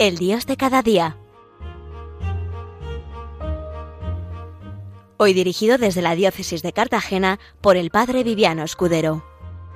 El Dios de cada día. Hoy dirigido desde la Diócesis de Cartagena por el Padre Viviano Escudero.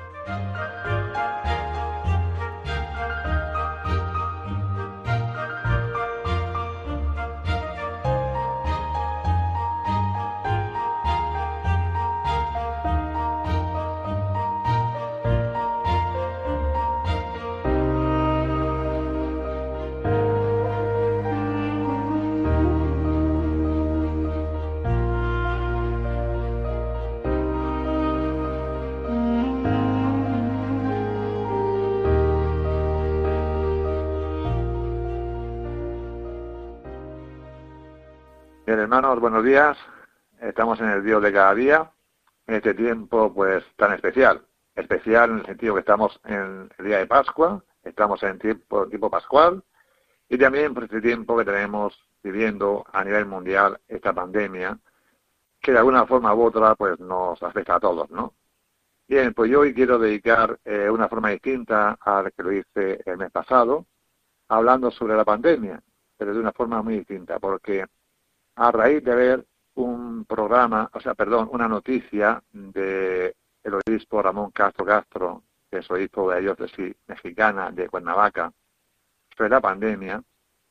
Bien, hermanos, buenos días. Estamos en el Dios de cada día, en este tiempo pues tan especial. Especial en el sentido que estamos en el día de Pascua, estamos en tiempo pascual, y también por este tiempo que tenemos viviendo a nivel mundial esta pandemia, que de alguna forma u otra pues nos afecta a todos, ¿no? Bien, pues yo hoy quiero dedicar una forma distinta a la que lo hice el mes pasado, hablando sobre la pandemia, pero de una forma muy distinta, porque a raíz de ver una noticia de el obispo Ramón Castro, que es obispo de la diócesis mexicana de Cuernavaca, sobre la pandemia,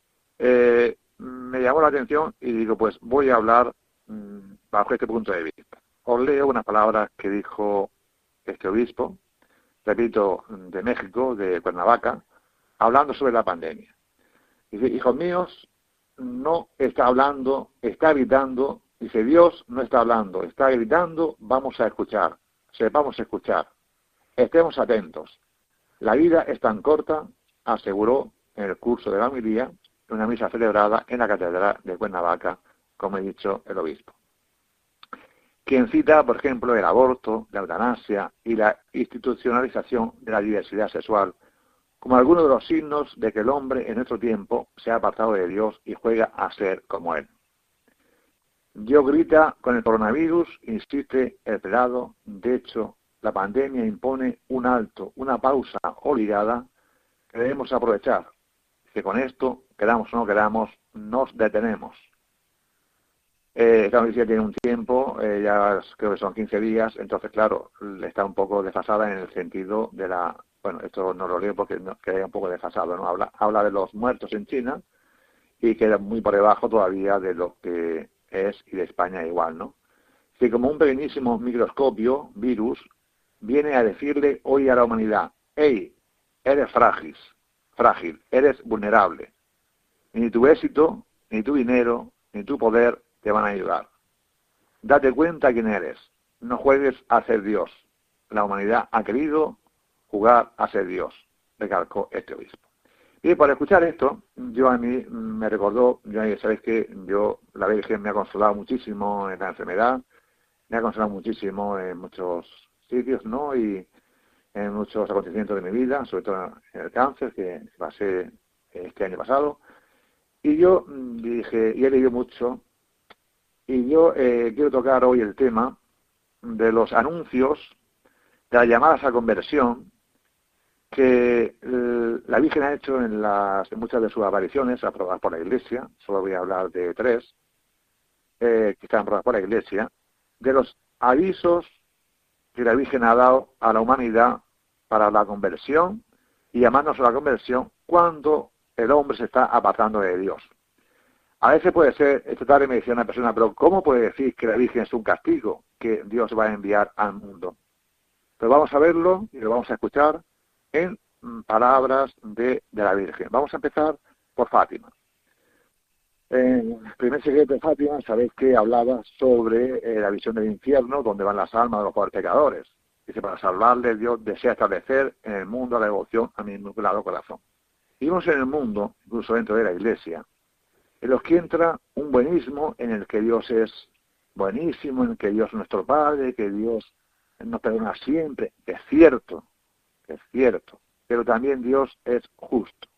me llamó la atención y digo, pues voy a hablar bajo este punto de vista. Os leo unas palabras que dijo este obispo, repito, de México, de Cuernavaca, hablando sobre la pandemia. Dice, hijos míos, no está hablando, está gritando. Dice, Dios no está hablando, está gritando, vamos a escuchar, sepamos escuchar, estemos atentos. La vida es tan corta, aseguró en el curso de la homilía, en una misa celebrada en la Catedral de Cuernavaca, como he dicho, el obispo. Quien cita, por ejemplo, el aborto, la eutanasia y la institucionalización de la diversidad sexual, como algunos de los signos de que el hombre en nuestro tiempo se ha apartado de Dios y juega a ser como Él. Dios grita con el coronavirus, insiste el prelado. De hecho, la pandemia impone un alto, una pausa obligada que debemos aprovechar. Que con esto, queramos o no queramos, nos detenemos. Esta noticia tiene un tiempo, ya creo que son 15 días, entonces claro, está un poco desfasada en el sentido de la... Bueno, esto no lo leo porque queda un poco desfasado, ¿no? Habla de los muertos en China y queda muy por debajo todavía de lo que es y de España igual, ¿no? Que como un pequeñísimo microscopio, virus, viene a decirle hoy a la humanidad, hey, eres frágil, eres vulnerable. Ni tu éxito, ni tu dinero, ni tu poder te van a ayudar. Date cuenta quién eres. No juegues a ser Dios. La humanidad ha querido jugar a ser Dios, recalcó este obispo. Y por escuchar esto, yo a mí me recordó, sabéis que la Virgen me ha consolado muchísimo en la enfermedad, me ha consolado muchísimo en muchos sitios, ¿no? Y en muchos acontecimientos de mi vida, sobre todo en el cáncer que pasé este año pasado. Y yo dije, y he leído mucho, y yo quiero tocar hoy el tema de los anuncios, de las llamadas a conversión, que la Virgen ha hecho en muchas de sus apariciones, aprobadas por la Iglesia. Solo voy a hablar de 3, que están aprobadas por la Iglesia, de los avisos que la Virgen ha dado a la humanidad para la conversión y llamarnos a la conversión cuando el hombre se está apartando de Dios. A veces puede ser, esta tarde me decía una persona, pero ¿cómo puede decir que la Virgen es un castigo que Dios va a enviar al mundo? Pero vamos a verlo y lo vamos a escuchar en palabras de la Virgen. Vamos a empezar por Fátima. En el primer secreto de Fátima, sabéis que hablaba sobre la visión del infierno, donde van las almas de los pobres pecadores. Dice, para salvarles, Dios desea establecer en el mundo la devoción a mi inmaculado corazón. Vivimos en el mundo, incluso dentro de la Iglesia, en los que entra un buenismo en el que Dios es buenísimo, en el que Dios es nuestro Padre, que Dios nos perdona siempre. Es cierto, pero también Dios es justo.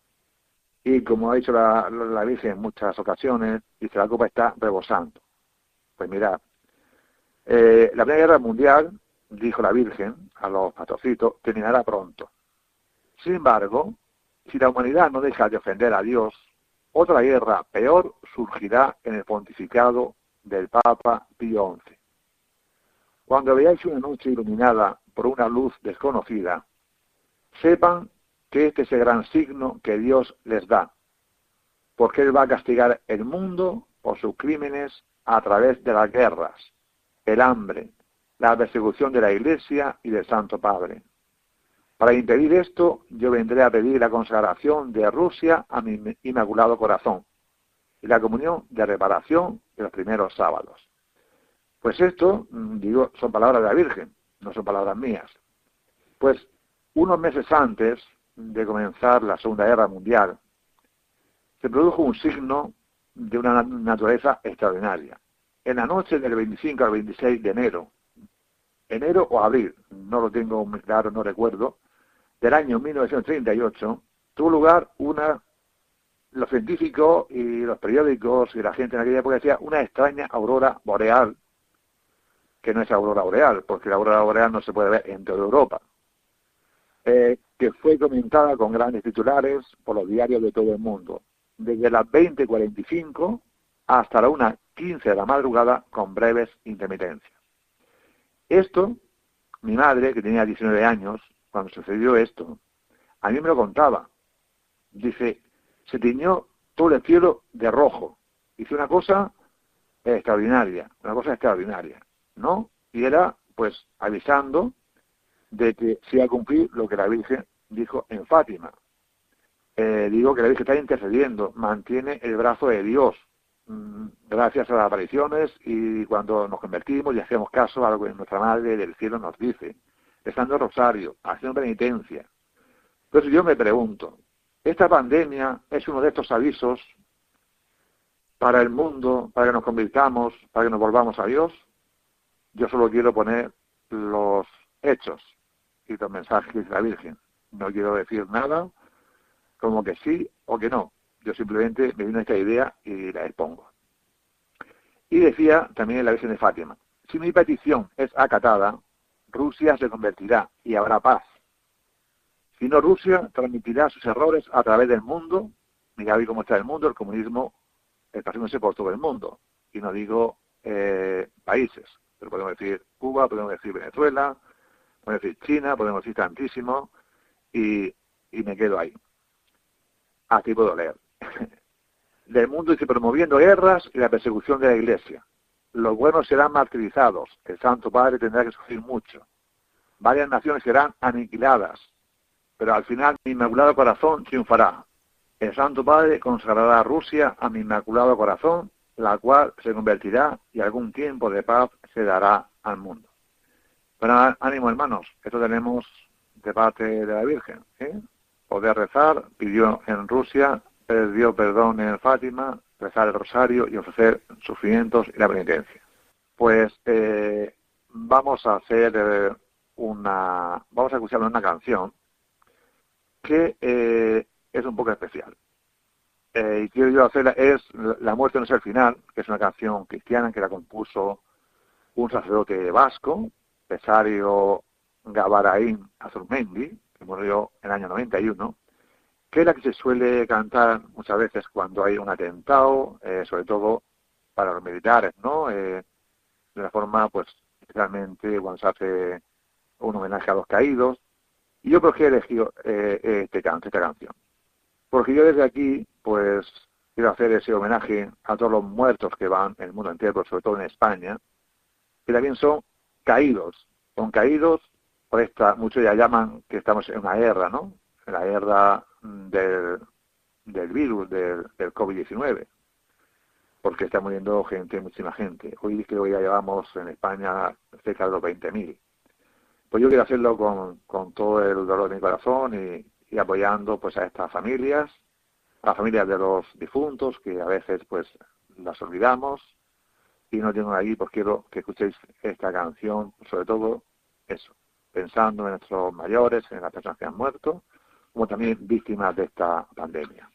Y como ha dicho la Virgen en muchas ocasiones, dice, la copa está rebosando. Pues mirad, la Primera Guerra Mundial, dijo la Virgen a los pastorcitos, terminará pronto. Sin embargo, Si la humanidad no deja de ofender a Dios, otra guerra peor surgirá en el pontificado del Papa Pío XI. Cuando veáis una noche iluminada por una luz desconocida, sepan que este es el gran signo que Dios les da, porque Él va a castigar el mundo por sus crímenes a través de las guerras, el hambre, la persecución de la Iglesia y del Santo Padre. Para impedir esto, yo vendré a pedir la consagración de Rusia a mi Inmaculado Corazón y la comunión de reparación de los primeros sábados. Pues esto, digo, son palabras de la Virgen, no son palabras mías. Pues unos meses antes de comenzar la Segunda Guerra Mundial, se produjo un signo de una naturaleza extraordinaria. En la noche del 25 al 26 de enero o abril, no lo tengo muy claro, no recuerdo, del año 1938, tuvo lugar los científicos y los periódicos y la gente en aquella época decía una extraña aurora boreal, que no es aurora boreal, porque la aurora boreal no se puede ver en toda Europa, que fue comentada con grandes titulares por los diarios de todo el mundo, desde las 20:45 hasta la 1:15 de la madrugada, con breves intermitencias. Esto, mi madre, que tenía 19 años, cuando sucedió esto, a mí me lo contaba. Dice, se tiñó todo el cielo de rojo. Hice una cosa extraordinaria, ¿no? Y era, pues, avisando de que se iba a cumplir lo que la Virgen dijo en Fátima. Digo que la Virgen está intercediendo, mantiene el brazo de Dios, gracias a las apariciones y cuando nos convertimos y hacemos caso a lo que nuestra Madre del Cielo nos dice, rezando el rosario, haciendo penitencia. Entonces yo me pregunto, ¿esta pandemia es uno de estos avisos para el mundo, para que nos convirtamos, para que nos volvamos a Dios? Yo solo quiero poner los hechos y los mensajes de la Virgen. No quiero decir nada como que sí o que no. Yo simplemente me vino esta idea y la expongo. Y decía también la Virgen de Fátima, si mi petición es acatada, Rusia se convertirá y habrá paz. Si no, Rusia transmitirá sus errores a través del mundo. Mirad cómo está el mundo, el comunismo expandiéndose por todo el mundo. Y no digo países, pero podemos decir Cuba, podemos decir Venezuela, podemos decir China, podemos decir tantísimo, y me quedo ahí. Aquí puedo leer. Del mundo dice promoviendo guerras y la persecución de la Iglesia. Los buenos serán martirizados, el Santo Padre tendrá que sufrir mucho. Varias naciones serán aniquiladas, pero al final mi Inmaculado Corazón triunfará. El Santo Padre consagrará a Rusia a mi Inmaculado Corazón, la cual se convertirá y algún tiempo de paz se dará al mundo. Bueno, ánimo hermanos, esto tenemos de parte de la Virgen, poder rezar, pidió en Rusia, pidió perdón en Fátima, rezar el rosario y ofrecer sufrimientos y la penitencia. Pues vamos a hacer vamos a escuchar una canción que es un poco especial. Y quiero yo hacerla, es La muerte no es el final, que es una canción cristiana que la compuso un sacerdote vasco, Pesario Gabaraín Azurmendi, que murió en el año 91, que es la que se suele cantar muchas veces cuando hay un atentado, sobre todo para los militares, ¿no? De una forma, pues, especialmente cuando se hace un homenaje a los caídos. Y yo por qué he elegido esta canción. Porque yo desde aquí, pues, quiero hacer ese homenaje a todos los muertos que van en el mundo entero, pero sobre todo en España, que también son caídos. Son caídos por muchos ya llaman que estamos en una guerra, ¿no? En la guerra del virus, del COVID-19, porque está muriendo gente, muchísima gente. Hoy creo que ya llevamos en España cerca de los 20.000. Pues yo quiero hacerlo con todo el dolor de mi corazón y apoyando pues a estas familias, a las familias de los difuntos, que a veces pues las olvidamos y no tengo ahí, pues quiero que escuchéis esta canción, sobre todo eso, pensando en nuestros mayores, en las personas que han muerto, como también víctimas de esta pandemia.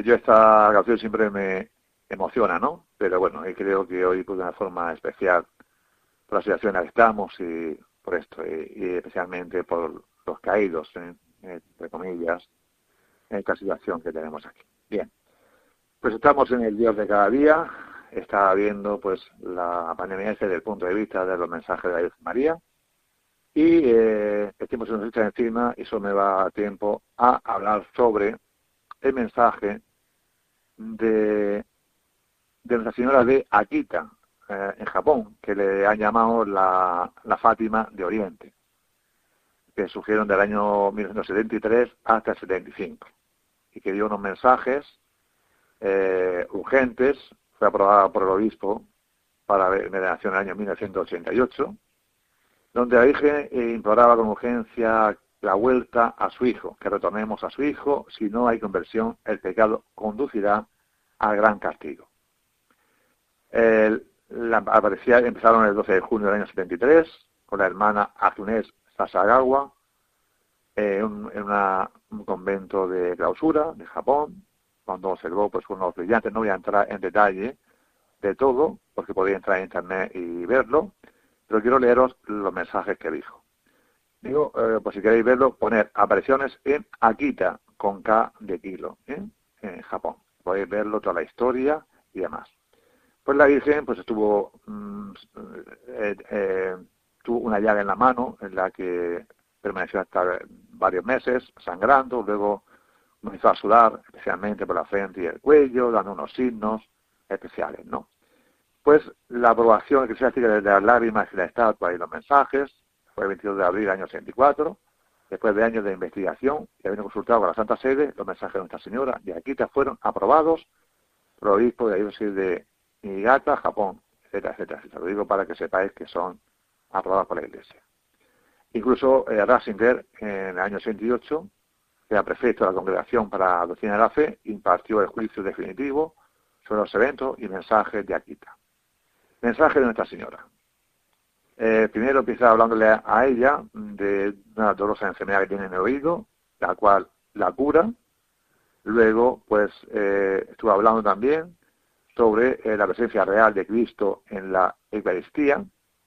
yo esta canción siempre me emociona, ¿no? Pero bueno, creo que hoy pues, de una forma especial por la situación en la que estamos y por esto, y especialmente por los caídos, entre comillas, en esta situación que tenemos aquí. Bien, pues estamos en el Dios de cada día. Está viendo pues la pandemia desde el punto de vista de los mensajes de la Virgen María. Y el tiempo se nos echa encima y eso me va a tiempo a hablar sobre el mensaje de Nuestra Señora de Akita, en Japón, que le han llamado la Fátima de Oriente, que surgieron del año 1973 hasta el 75, y que dio unos mensajes urgentes. Fue aprobada por el obispo para veneración en el año 1988, donde la Virgen imploraba con urgencia la vuelta a su hijo, que retornemos a su hijo. Si no hay conversión, el pecado conducirá al gran castigo. Empezaron el 12 de junio del año 73 con la hermana Agnes Sasagawa en un convento de clausura de Japón, cuando observó pues unos brillantes. No voy a entrar en detalle de todo, porque podéis entrar en internet y verlo, pero quiero leeros los mensajes que dijo. Digo, pues si queréis verlo, poner apariciones en Akita, con K de kilo, en Japón. Podéis verlo, toda la historia y demás. Pues la Virgen pues tuvo una llaga en la mano, en la que permaneció hasta varios meses, sangrando. Luego comenzó a sudar, especialmente por la frente y el cuello, dando unos signos especiales, ¿no? Pues la aprobación eclesiástica de las lágrimas y la estatua y los mensajes fue el 22 de abril del año 64, después de años de investigación y habiendo consultado con la Santa Sede. Los mensajes de Nuestra Señora de Akita fueron aprobados por el obispo de la diócesis de Niigata, Japón, etcétera, etcétera. Lo digo para que sepáis que son aprobados por la Iglesia. Incluso Ratzinger, en el año 68, que era prefecto de la Congregación para la Doctrina de la Fe, impartió el juicio definitivo sobre los eventos y mensajes de Akita. Mensaje de Nuestra Señora. Primero empieza hablándole a ella de una dolorosa enfermedad que tiene en el oído, la cual la cura. Luego, pues, estuvo hablando también sobre la presencia real de Cristo en la Eucaristía,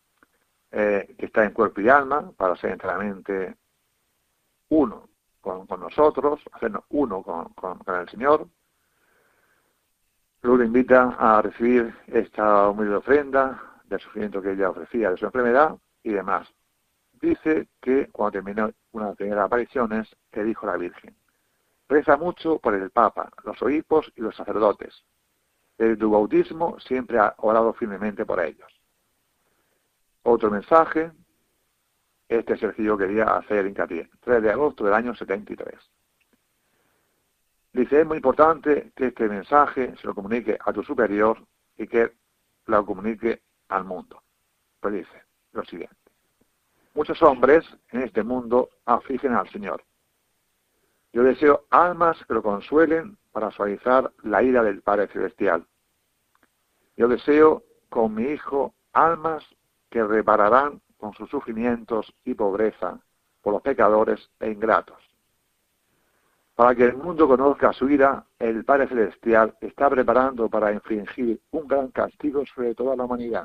que está en cuerpo y alma, para ser enteramente uno con nosotros, hacernos uno con el Señor. Luego le invita a recibir esta humilde ofrenda del sufrimiento que ella ofrecía de su enfermedad y demás. Dice que cuando terminó una de las primeras apariciones, le dijo a la Virgen: reza mucho por el Papa, los obispos y los sacerdotes. Desde tu bautismo siempre ha orado firmemente por ellos. Otro mensaje, este es el que yo quería hacer hincapié, 3 de agosto del año 73. Dice, es muy importante que este mensaje se lo comunique a tu superior y que lo comunique al mundo. Pues dice lo siguiente: muchos hombres en este mundo afligen al Señor. Yo deseo almas que lo consuelen para suavizar la ira del Padre Celestial. Yo deseo con mi Hijo almas que repararán con sus sufrimientos y pobreza por los pecadores e ingratos. Para que el mundo conozca su ira, el Padre Celestial está preparando para infligir un gran castigo sobre toda la humanidad.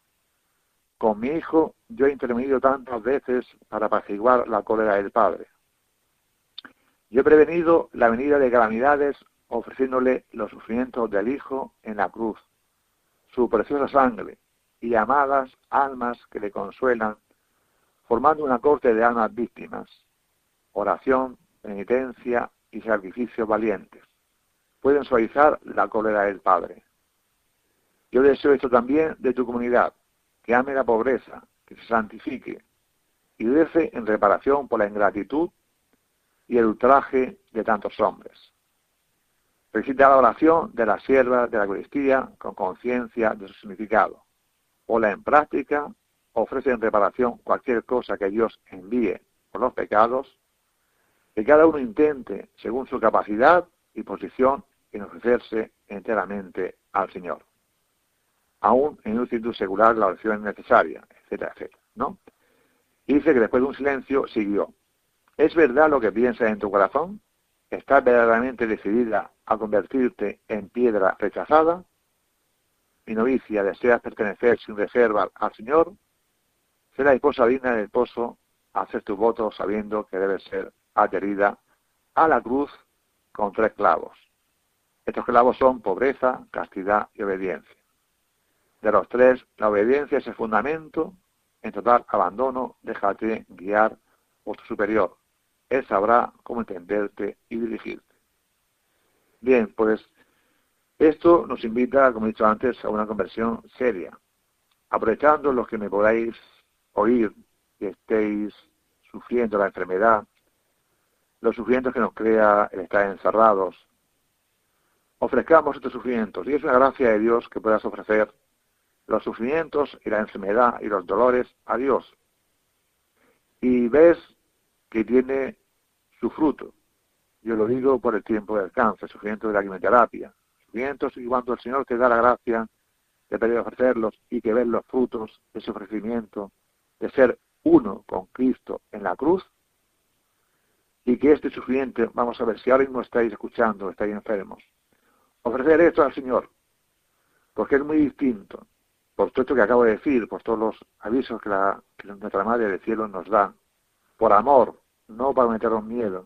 Con mi Hijo yo he intervenido tantas veces para apaciguar la cólera del Padre. Yo he prevenido la venida de calamidades ofreciéndole los sufrimientos del Hijo en la cruz, su preciosa sangre y amadas almas que le consuelan, formando una corte de almas víctimas, oración, penitencia y sacrificios valientes. Pueden suavizar la cólera del Padre. Yo deseo esto también de tu comunidad, que ame la pobreza, que se santifique y rece en reparación por la ingratitud y el ultraje de tantos hombres. Recita la oración de las siervas de la Eucaristía con conciencia de su significado. Ponla en práctica, ofrece en reparación cualquier cosa que Dios envíe por los pecados, que cada uno intente, según su capacidad y posición, en ofrecerse enteramente al Señor. Aún en un instituto secular la oración es necesaria, etcétera, etcétera, ¿no? Y dice que después de un silencio siguió: ¿es verdad lo que piensas en tu corazón? ¿Estás verdaderamente decidida a convertirte en piedra rechazada? Mi novicia, ¿deseas pertenecer sin reserva al Señor? Sé la esposa digna del esposo, hacer tu voto sabiendo que debe ser adherida a la cruz con 3 clavos. Estos clavos son pobreza, castidad y obediencia. De los 3, la obediencia es el fundamento. En total abandono, déjate guiar por tu superior. Él sabrá cómo entenderte y dirigirte. Bien, pues esto nos invita, como he dicho antes, a una conversión seria. Aprovechando los que me podáis oír, que estéis sufriendo la enfermedad, los sufrimientos que nos crea el estar encerrados, ofrezcamos estos sufrimientos. Y es una gracia de Dios que puedas ofrecer los sufrimientos y la enfermedad y los dolores a Dios. Y ves que tiene su fruto. Yo lo digo por el tiempo del cáncer, sufrimiento de la quimioterapia. Sufrimientos y cuando el Señor te da la gracia de poder ofrecerlos y que ves los frutos de ese ofrecimiento, de ser uno con Cristo en la cruz, y que este sufrimiento, vamos a ver, si ahora mismo estáis escuchando, estáis enfermos, ofrecer esto al Señor, porque es muy distinto, por todo esto que acabo de decir, por todos los avisos que nuestra Madre del Cielo nos da, por amor, no para meteros miedo,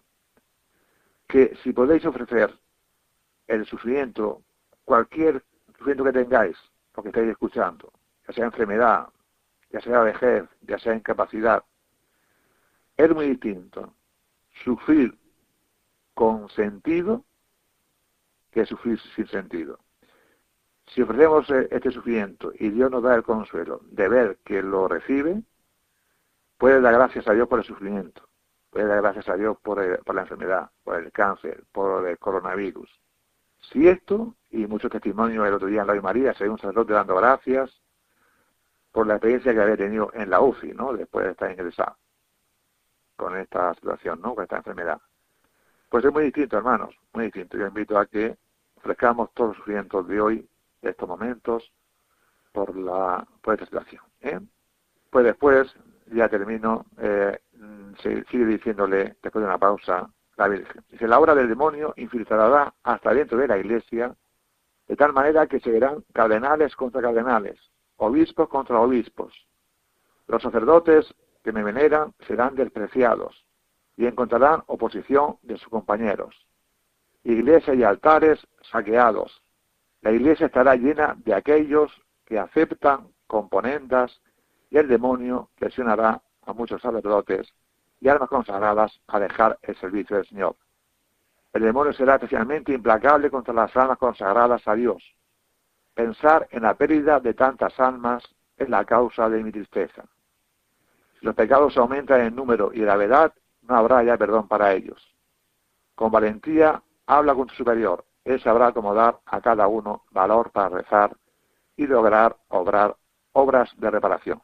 que si podéis ofrecer el sufrimiento, cualquier sufrimiento que tengáis, porque estáis escuchando, ya sea enfermedad, ya sea vejez, ya sea incapacidad, es muy distinto sufrir con sentido que sufrir sin sentido. Si ofrecemos este sufrimiento y Dios nos da el consuelo de ver que lo recibe, puede dar gracias a Dios por el sufrimiento, puede dar gracias a Dios por la enfermedad, por el cáncer, por el coronavirus. Si esto, y muchos testimonios el otro día en Radio María, se ve un sacerdote dando gracias por la experiencia que había tenido en la UCI, ¿no? Después de estar ingresado con esta situación, ¿no? Con esta enfermedad. Pues es muy distinto, hermanos, muy distinto. Yo invito a que ofrezcamos todos los sufrimientos de hoy, de estos momentos, por esta situación. Pues después, ya termino, sigue diciéndole, después de una pausa, la Virgen. Dice, la obra del demonio infiltrará hasta dentro de la Iglesia, de tal manera que se verán cardenales contra cardenales, obispos contra obispos. Los sacerdotes que me veneran serán despreciados y encontrarán oposición de sus compañeros. Iglesia y altares saqueados. La Iglesia estará llena de aquellos que aceptan componendas y el demonio presionará a muchos sacerdotes y almas consagradas a dejar el servicio del Señor. El demonio será especialmente implacable contra las almas consagradas a Dios. Pensar en la pérdida de tantas almas es la causa de mi tristeza. Si los pecados aumentan en número y gravedad, no habrá ya perdón para ellos. Con valentía, habla con tu superior. Él sabrá cómo dar a cada uno valor para rezar y lograr obrar obras de reparación.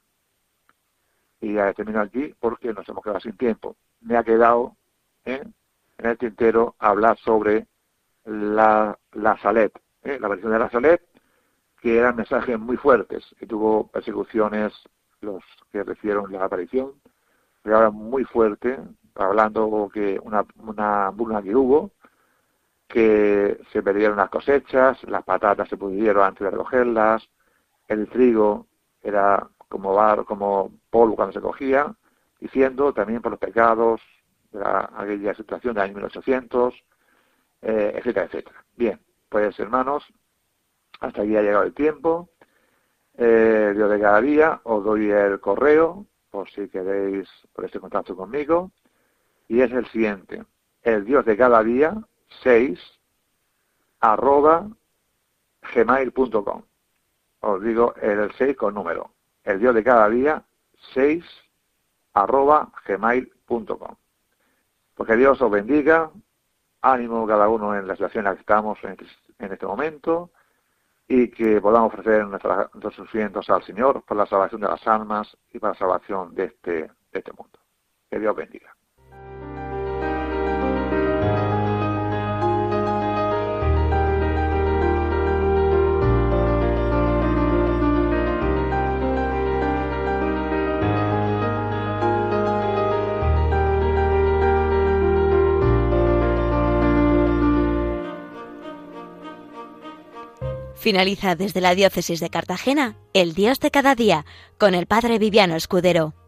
Y ya termino aquí porque nos hemos quedado sin tiempo. Me ha quedado en el tintero hablar sobre la Salet, la aparición de la Salet, que eran mensajes muy fuertes, que tuvo persecuciones los que recibieron la aparición, pero ahora muy fuerte, hablando que una hambruna que hubo, que se perdieron las cosechas, las patatas se pudrieron antes de recogerlas, el trigo era como polvo cuando se cogía, diciendo también por los pecados de aquella situación del año 1800, etcétera, etcétera. Bien, pues hermanos, hasta aquí ha llegado el tiempo. Dios de cada día, os doy el correo, por si queréis ponerse en contacto conmigo, y es el siguiente, el Dios de cada día, 6@gmail.com. Os digo el 6 con número, el Dios de cada día, 6@gmail.com. Porque Dios os bendiga, ánimo cada uno en la situación en la que estamos en este momento, y que podamos ofrecer nuestros sufrimientos al Señor por la salvación de las almas y para la salvación de este mundo. Que Dios bendiga. Finaliza desde la Diócesis de Cartagena, El Dios de cada día, con el Padre Viviano Escudero.